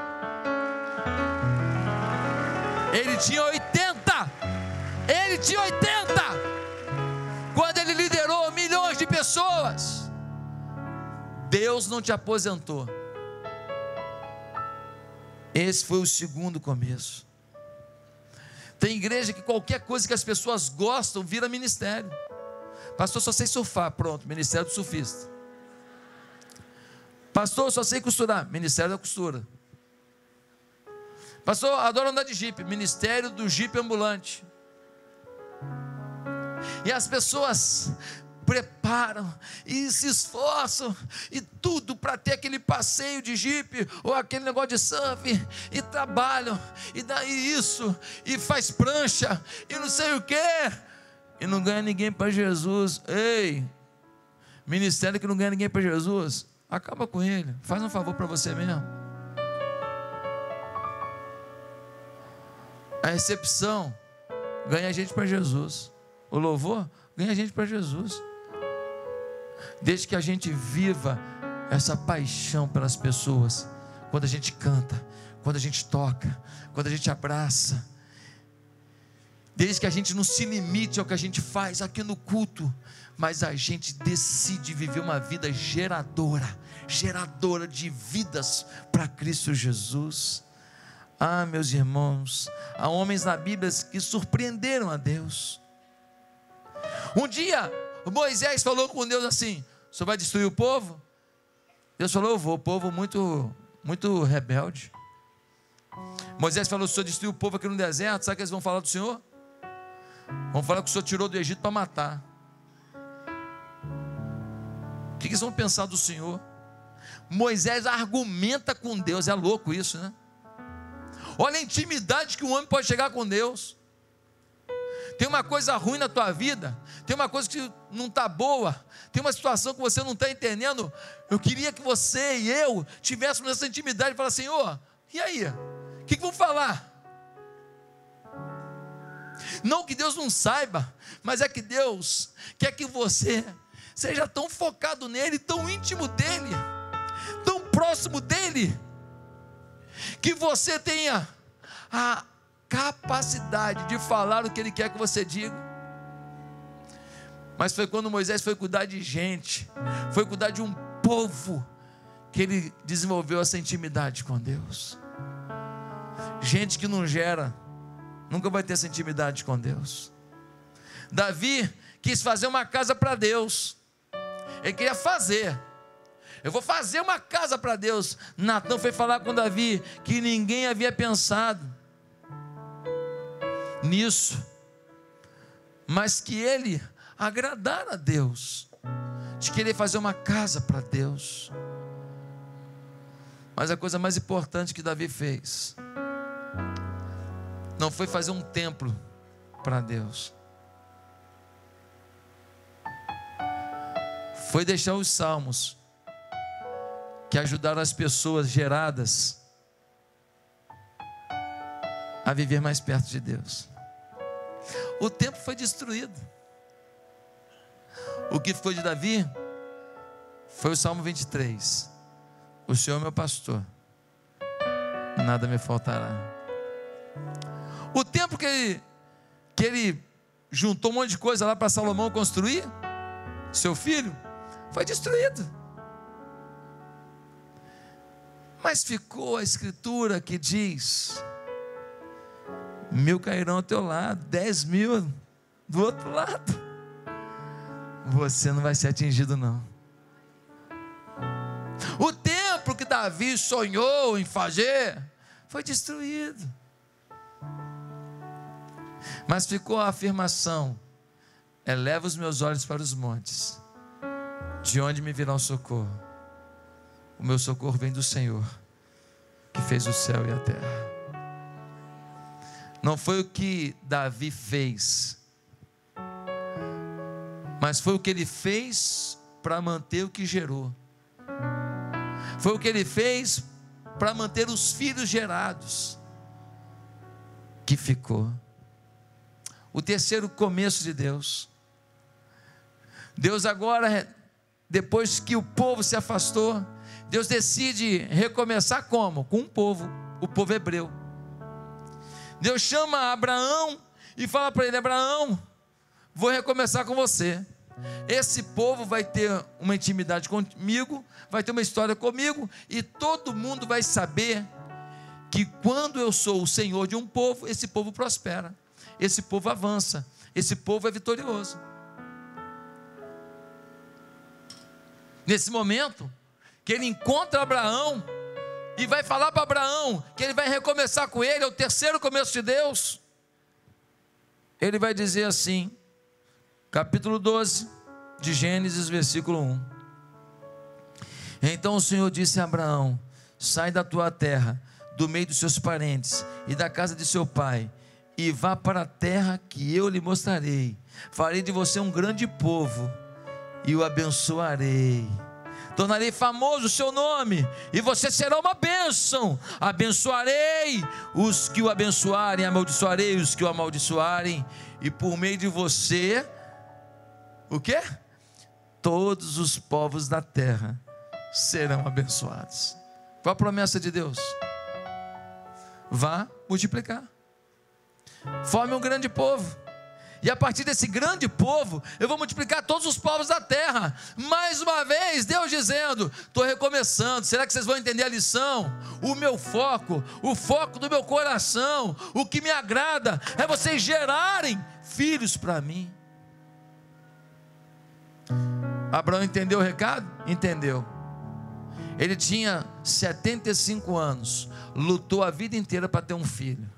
Ele tinha 80, ele tinha 80, quando ele liderou milhões de pessoas. Deus não te aposentou. Esse foi o segundo começo. Tem igreja que qualquer coisa que as pessoas gostam vira ministério. Pastor, só sei surfar, pronto, ministério do surfista. Pastor, só sei costurar, ministério da costura. Pastor, adoro andar de jipe, ministério do jipe ambulante. E as pessoas preparam e se esforçam e tudo para ter aquele passeio de jipe ou aquele negócio de surf, e trabalham e daí isso e faz prancha e não sei o que, e não ganha ninguém para Jesus. Ei, ministério que não ganha ninguém para Jesus, acaba com ele, faz um favor para você mesmo. A recepção ganha gente para Jesus, o louvor ganha gente para Jesus. Desde que a gente viva essa paixão pelas pessoas, quando a gente canta, quando a gente toca, quando a gente abraça, desde que a gente não se limite ao que a gente faz aqui no culto, mas a gente decide viver uma vida geradora de vidas para Cristo Jesus. Ah, meus irmãos, há homens na Bíblia que surpreenderam a Deus. Um dia Moisés falou com Deus assim: o senhor vai destruir o povo? Deus falou: eu vou. O povo muito rebelde. Moisés falou: o senhor destruiu o povo aqui no deserto, sabe o que eles vão falar do senhor? Vão falar que o senhor tirou do Egito para matar. O que eles vão pensar do senhor? Moisés argumenta com Deus. É louco isso, né? Olha a intimidade que um homem pode chegar com Deus. Tem uma coisa ruim na tua vida, tem uma coisa que não está boa, tem uma situação que você não está entendendo. Eu queria que você e eu tivéssemos essa intimidade e falar: Senhor, e aí? O que vão falar? Não que Deus não saiba, mas é que Deus quer que você seja tão focado nele, tão íntimo dele, tão próximo dele, que você tenha a capacidade de falar o que ele quer que você diga. Mas foi quando Moisés foi cuidar de gente, foi cuidar de um povo, que ele desenvolveu essa intimidade com Deus. Gente que não gera, nunca vai ter essa intimidade com Deus. Davi quis fazer uma casa para Deus. Ele queria fazer. Eu vou fazer uma casa para Deus. Natã foi falar com Davi que ninguém havia pensado nisso, mas que ele agradara a Deus, de querer fazer uma casa para Deus. Mas a coisa mais importante que Davi fez não foi fazer um templo para Deus, foi deixar os salmos que ajudaram as pessoas geradas a viver mais perto de Deus. O templo foi destruído. O que ficou de Davi foi o Salmo 23. O Senhor é meu pastor, nada me faltará. O templo que ele juntou um monte de coisa lá para Salomão construir, seu filho, foi destruído. Mas ficou a escritura que diz: 1000 cairão ao teu lado, 10.000 do outro lado, você não vai ser atingido não. O templo que Davi sonhou em fazer foi destruído, mas ficou a afirmação: eleva os meus olhos para os montes, de onde me virá o socorro? O meu socorro vem do Senhor, que fez o céu e a terra. Não foi o que Davi fez, mas foi o que ele fez para manter o que gerou. Foi o que ele fez para manter os filhos gerados, que ficou. O terceiro começo de Deus. Deus agora, depois que o povo se afastou, Deus decide recomeçar como? Com um povo, o povo hebreu. Deus chama Abraão e fala para ele: Abraão, vou recomeçar com você. Esse povo vai ter uma intimidade comigo, vai ter uma história comigo, e todo mundo vai saber que quando eu sou o Senhor de um povo, esse povo prospera, esse povo avança, esse povo é vitorioso. Nesse momento que ele encontra Abraão e vai falar para Abraão que ele vai recomeçar com ele, é o terceiro começo de Deus. Ele vai dizer assim, capítulo 12 de Gênesis, versículo 1: Então o Senhor disse a Abraão: sai da tua terra, do meio dos seus parentes e da casa de seu pai, e vá para a terra que eu lhe mostrarei. Farei de você um grande povo e o abençoarei. Tornarei famoso o seu nome, e você será uma bênção. Abençoarei os que o abençoarem, amaldiçoarei os que o amaldiçoarem, e por meio de você, o quê? Todos os povos da terra serão abençoados. Qual a promessa de Deus? Vá multiplicar, forme um grande povo, e a partir desse grande povo, eu vou multiplicar todos os povos da terra. Mais uma vez, Deus dizendo: estou recomeçando. Será que vocês vão entender a lição? O meu foco, o foco do meu coração, o que me agrada é vocês gerarem filhos para mim. Abraão entendeu o recado? Entendeu. Ele tinha 75 anos, lutou a vida inteira para ter um filho.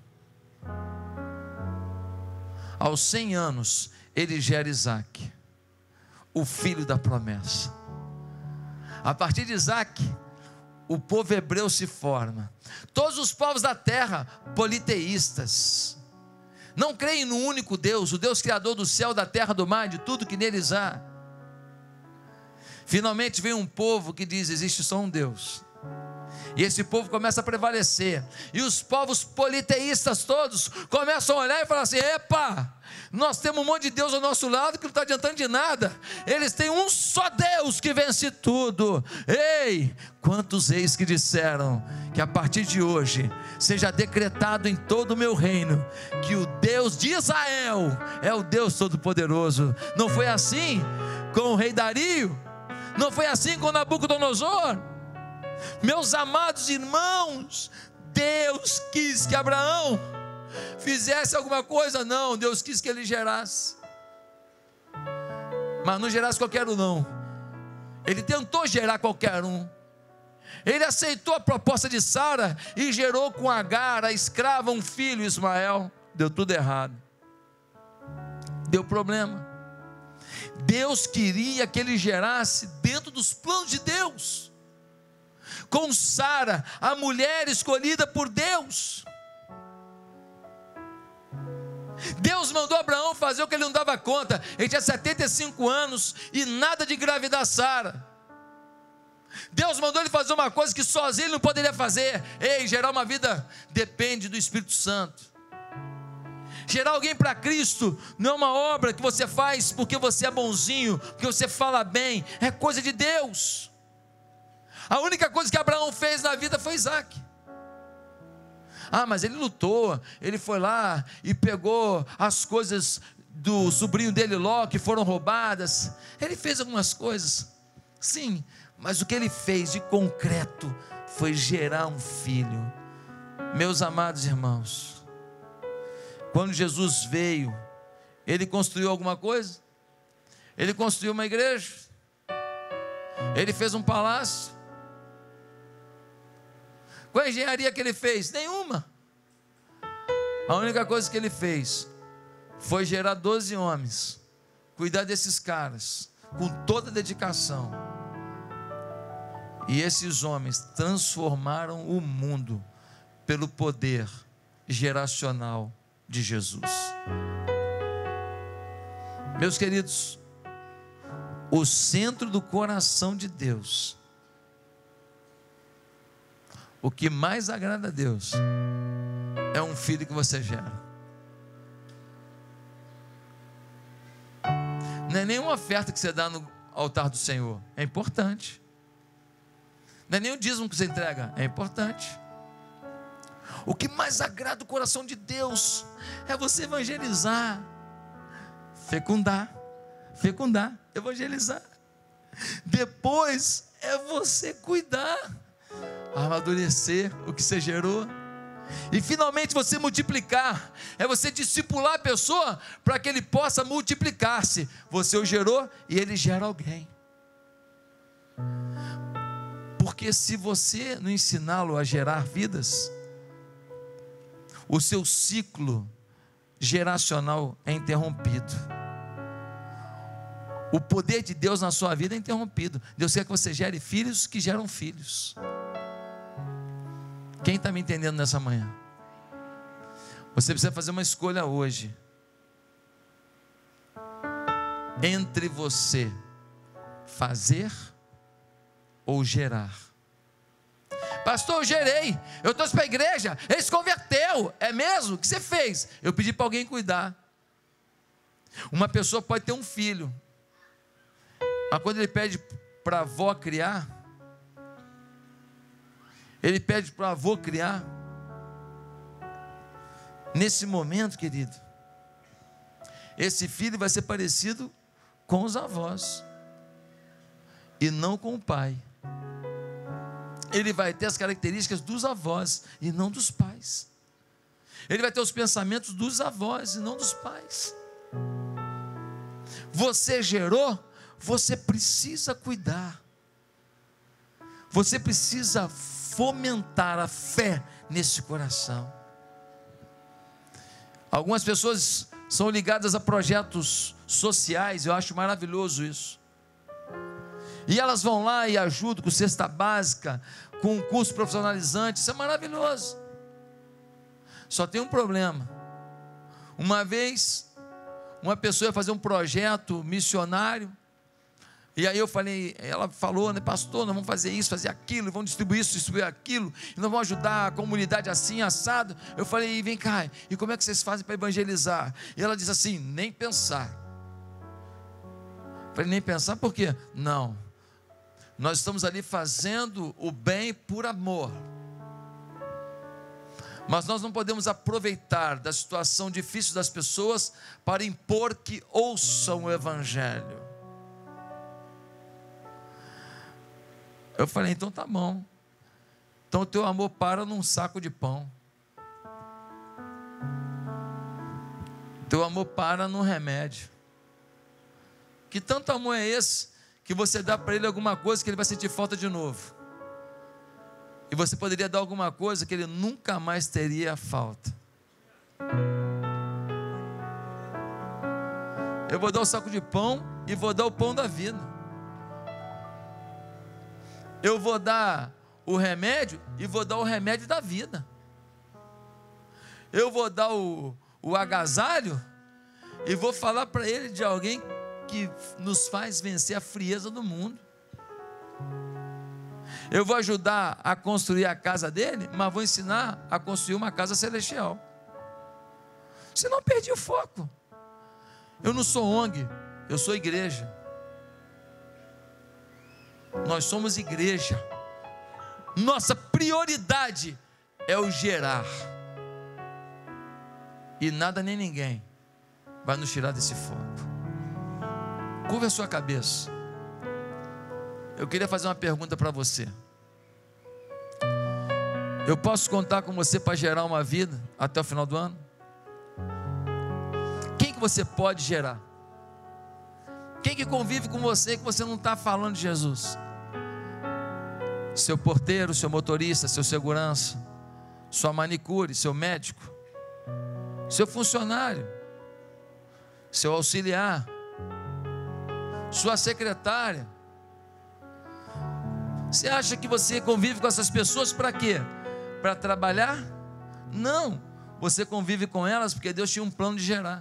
Aos 100 anos, ele gera Isaac, o filho da promessa. A partir de Isaac, o povo hebreu se forma. Todos os povos da terra, politeístas, não creem no único Deus, o Deus criador do céu, da terra, do mar, de tudo que neles há. Finalmente vem um povo que diz: existe só um Deus. E esse povo começa a prevalecer. E os povos politeístas todos começam a olhar e falar assim: epa, nós temos um monte de Deus ao nosso lado que não está adiantando de nada. Eles têm um só Deus que vence tudo. Ei, quantos reis que disseram que a partir de hoje seja decretado em todo o meu reino que o Deus de Israel é o Deus Todo-Poderoso. Não foi assim com o rei Dario? Não foi assim com Nabucodonosor? Meus amados irmãos, Deus quis que Abraão fizesse alguma coisa? Não, Deus quis que ele gerasse, mas não gerasse qualquer um não. Ele tentou gerar qualquer um. Ele aceitou a proposta de Sara e gerou com Agar, a escrava, um filho, Ismael. Deu tudo errado, deu problema. Deus queria que ele gerasse dentro dos planos de Deus, com Sara, a mulher escolhida por Deus. Deus mandou Abraão fazer o que ele não dava conta. Ele tinha 75 anos e nada de engravidar Sara. Deus mandou ele fazer uma coisa que sozinho ele não poderia fazer. Ei, gerar uma vida depende do Espírito Santo. Gerar alguém para Cristo não é uma obra que você faz porque você é bonzinho, porque você fala bem. É coisa de Deus. A única coisa que Abraão fez na vida foi Isaac. Ah, mas ele lutou, ele foi lá e pegou as coisas do sobrinho dele Ló, que foram roubadas. Ele fez algumas coisas, sim, mas o que ele fez de concreto foi gerar um filho. Meus amados irmãos, quando Jesus veio, ele construiu alguma coisa? Ele construiu uma igreja? Ele fez um palácio? Qual a engenharia que ele fez? Nenhuma. A única coisa que ele fez foi gerar 12 homens, cuidar desses caras com toda dedicação. E esses homens transformaram o mundo pelo poder geracional de Jesus. Meus queridos, o centro do coração de Deus, o que mais agrada a Deus é um filho que você gera. Não é nenhuma oferta que você dá no altar do Senhor, é importante. Não é nem o dízimo que você entrega, é importante. O que mais agrada o coração de Deus é você evangelizar, fecundar, evangelizar. Depois é você cuidar, amadurecer o que você gerou, e finalmente você multiplicar. É você discipular a pessoa para que ele possa multiplicar-se. Você o gerou e ele gera alguém. Porque se você não ensiná-lo a gerar vidas, o seu ciclo geracional é interrompido. O poder de Deus na sua vida é interrompido. Deus quer que você gere filhos que geram filhos. Quem está me entendendo nessa manhã? Você precisa fazer uma escolha hoje entre você fazer ou gerar. Pastor, eu gerei, eu trouxe para a igreja, ele se converteu. É mesmo? O que você fez? Eu pedi para alguém cuidar. Uma pessoa pode ter um filho, mas quando ele pede para a avó criar, ele pede para o avô criar. Nesse momento, querido, esse filho vai ser parecido com os avós e não com o pai. Ele vai ter as características dos avós e não dos pais. Ele vai ter os pensamentos dos avós e não dos pais. Você gerou, você precisa cuidar. Você precisa fomentar a fé nesse coração. Algumas pessoas são ligadas a projetos sociais, eu acho maravilhoso isso. E elas vão lá e ajudam com cesta básica, com um curso profissionalizante, isso é maravilhoso. Só tem um problema. Uma vez, uma pessoa ia fazer um projeto missionário, E aí eu falei, ela falou, né, pastor, nós vamos fazer isso, fazer aquilo, vamos distribuir isso, distribuir aquilo, e nós vamos ajudar a comunidade assim, assado. Eu falei, vem cá, e como é que vocês fazem para evangelizar? E ela disse assim, nem pensar. Eu falei, nem pensar por quê? Não, nós estamos ali fazendo o bem por amor. Mas nós não podemos aproveitar da situação difícil das pessoas para impor que ouçam o Evangelho. Eu falei, então tá bom. Então o teu amor para num saco de pão. Teu amor para num remédio. Que tanto amor é esse que você dá para ele alguma coisa que ele vai sentir falta de novo? E você poderia dar alguma coisa que ele nunca mais teria falta. Eu vou dar o saco de pão e vou dar o pão da vida. Eu vou dar o remédio e vou dar o remédio da vida. Eu vou dar o agasalho e vou falar para ele de alguém que nos faz vencer a frieza do mundo. Eu vou ajudar a construir a casa dele, mas vou ensinar a construir uma casa celestial. Senão perdi o foco. Eu não sou ONG, eu sou igreja. Nós somos igreja. Nossa prioridade é o gerar. E nada nem ninguém vai nos tirar desse foco. Curva a sua cabeça. Eu queria fazer uma pergunta para você. Eu posso contar com você para gerar uma vida até o final do ano? Quem que você pode gerar? Quem que convive com você que você não está falando de Jesus? Seu porteiro, seu motorista, seu segurança, sua manicure, seu médico, seu funcionário, seu auxiliar, sua secretária. Você acha que você convive com essas pessoas para quê? Para trabalhar? Não, você convive com elas porque Deus tinha um plano de gerar.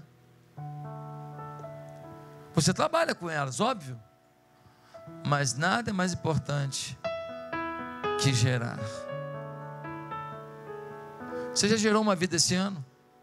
Você trabalha com elas, óbvio, mas nada é mais importante que gerar. Você já gerou uma vida esse ano?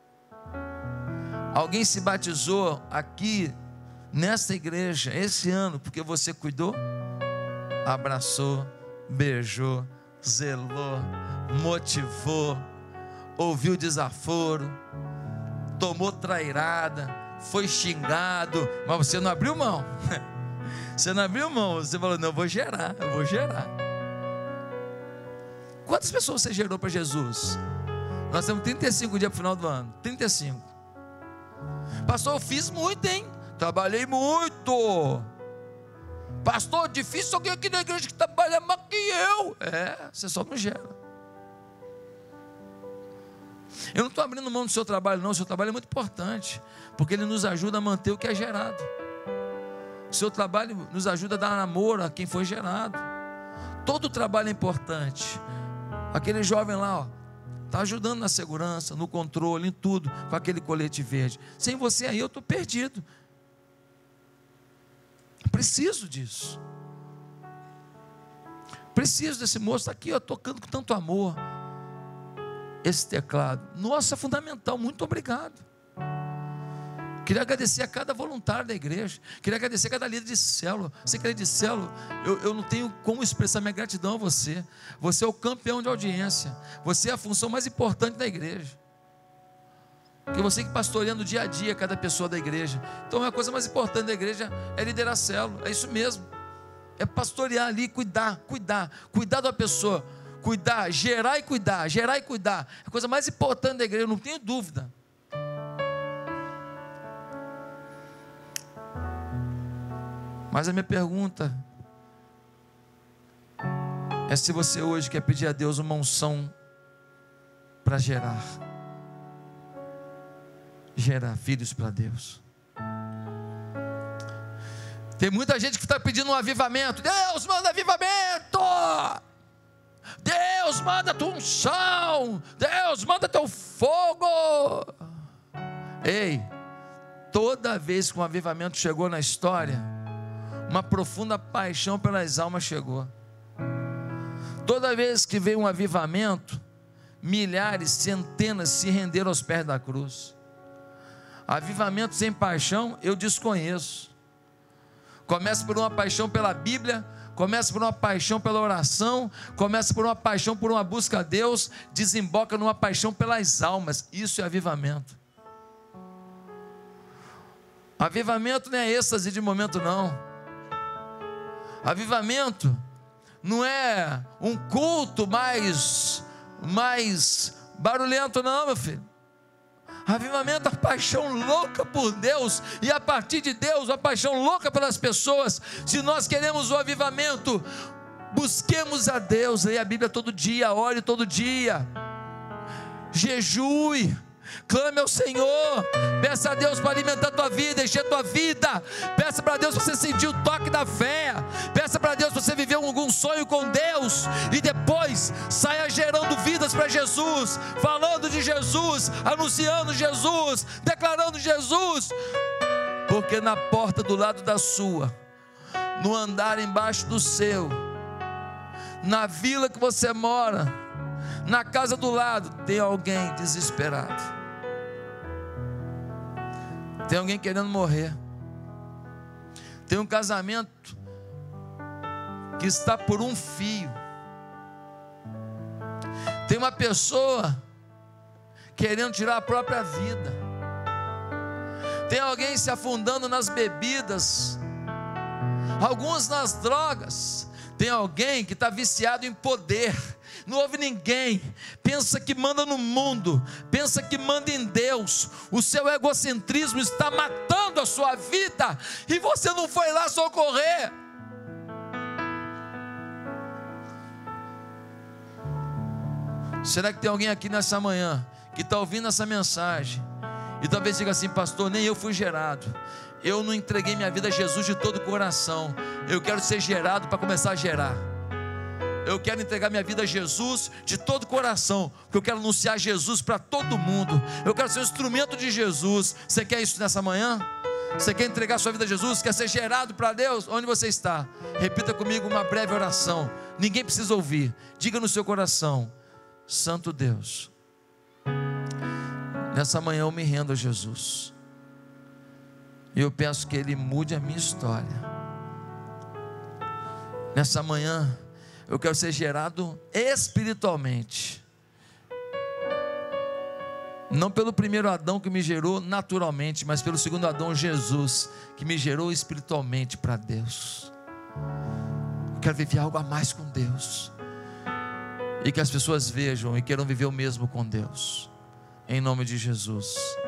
Alguém se batizou aqui nesta igreja esse ano porque você cuidou, abraçou, beijou, zelou, motivou, ouviu desaforo, tomou trairada, foi xingado, mas você não abriu mão. Você não abriu mão, você falou, não, eu vou gerar. Quantas pessoas você gerou para Jesus? Nós temos 35 dias para o final do ano. 35. Pastor, eu fiz muito, hein? Trabalhei muito. Pastor, difícil alguém aqui na igreja que trabalha mais que eu. Você só não gera. Eu não estou abrindo mão do seu trabalho, não. O seu trabalho é muito importante, porque ele nos ajuda a manter o que é gerado. O seu trabalho nos ajuda a dar amor a quem foi gerado. Todo trabalho é importante. Aquele jovem lá, está ajudando na segurança, no controle, em tudo, com aquele colete verde. Sem você aí eu estou perdido. Preciso disso. Preciso desse moço aqui, ó, tocando com tanto amor. Esse teclado, nossa, é fundamental, muito obrigado. Queria agradecer a cada voluntário da igreja. Queria agradecer a cada líder de célula. Você que é de célula, eu não tenho como expressar minha gratidão a você. Você é o campeão de audiência. Você é a função mais importante da igreja. Porque você que pastoreia no dia a dia cada pessoa da igreja. Então a coisa mais importante da igreja é liderar a célula. É isso mesmo. É pastorear ali, cuidar da pessoa. Cuidar, gerar e cuidar. É a coisa mais importante da igreja, eu não tenho dúvida. Mas a minha pergunta é se você hoje quer pedir a Deus uma unção para gerar filhos para Deus. Tem muita gente que está pedindo um avivamento. Deus manda avivamento. Deus manda tua unção. Deus manda teu fogo. Ei, toda vez que um avivamento chegou na história, uma profunda paixão pelas almas chegou. Toda vez que veio um avivamento, milhares, centenas se renderam aos pés da cruz. Avivamento sem paixão eu desconheço. Começa por uma paixão pela Bíblia, começa por uma paixão pela oração, começa por uma paixão por uma busca a Deus, desemboca numa paixão pelas almas. Isso é avivamento. Avivamento não é êxtase de momento, não. Avivamento não é um culto mais barulhento, não, meu filho. Avivamento é a paixão louca por Deus, e a partir de Deus, a paixão louca pelas pessoas. Se nós queremos o avivamento, busquemos a Deus, leia a Bíblia todo dia, ore todo dia, jejue, clame ao Senhor, peça a Deus para alimentar a tua vida, encher a tua vida, peça para Deus para você sentir o toque da fé, peça para Deus para você viver algum sonho com Deus, e depois saia gerando vidas para Jesus, falando de Jesus, anunciando Jesus, declarando Jesus, porque na porta do lado da sua, no andar embaixo do seu, na vila que você mora, na casa do lado, tem alguém desesperado. Tem alguém querendo morrer. Tem um casamento que está por um fio. Tem uma pessoa querendo tirar a própria vida. Tem alguém se afundando nas bebidas, alguns nas drogas. Tem alguém que está viciado em poder. Não ouve ninguém, pensa que manda no mundo, pensa que manda em Deus. O seu egocentrismo está matando a sua vida, e você não foi lá socorrer. Será que tem alguém aqui nessa manhã que está ouvindo essa mensagem e talvez diga assim: pastor, nem eu fui gerado, eu não entreguei minha vida a Jesus de todo o coração, eu quero ser gerado para começar a gerar. Eu quero entregar minha vida a Jesus de todo o coração, porque eu quero anunciar Jesus para todo mundo. Eu quero ser um instrumento de Jesus. Você quer isso nessa manhã? Você quer entregar sua vida a Jesus? Quer ser gerado para Deus? Onde você está? Repita comigo uma breve oração. Ninguém precisa ouvir. Diga no seu coração: Santo Deus, nessa manhã eu me rendo a Jesus, e eu peço que Ele mude a minha história. Nessa manhã eu quero ser gerado espiritualmente, não pelo primeiro Adão que me gerou naturalmente, mas pelo segundo Adão, Jesus, que me gerou espiritualmente para Deus. Eu quero viver algo a mais com Deus, e que as pessoas vejam e queiram viver o mesmo com Deus, em nome de Jesus.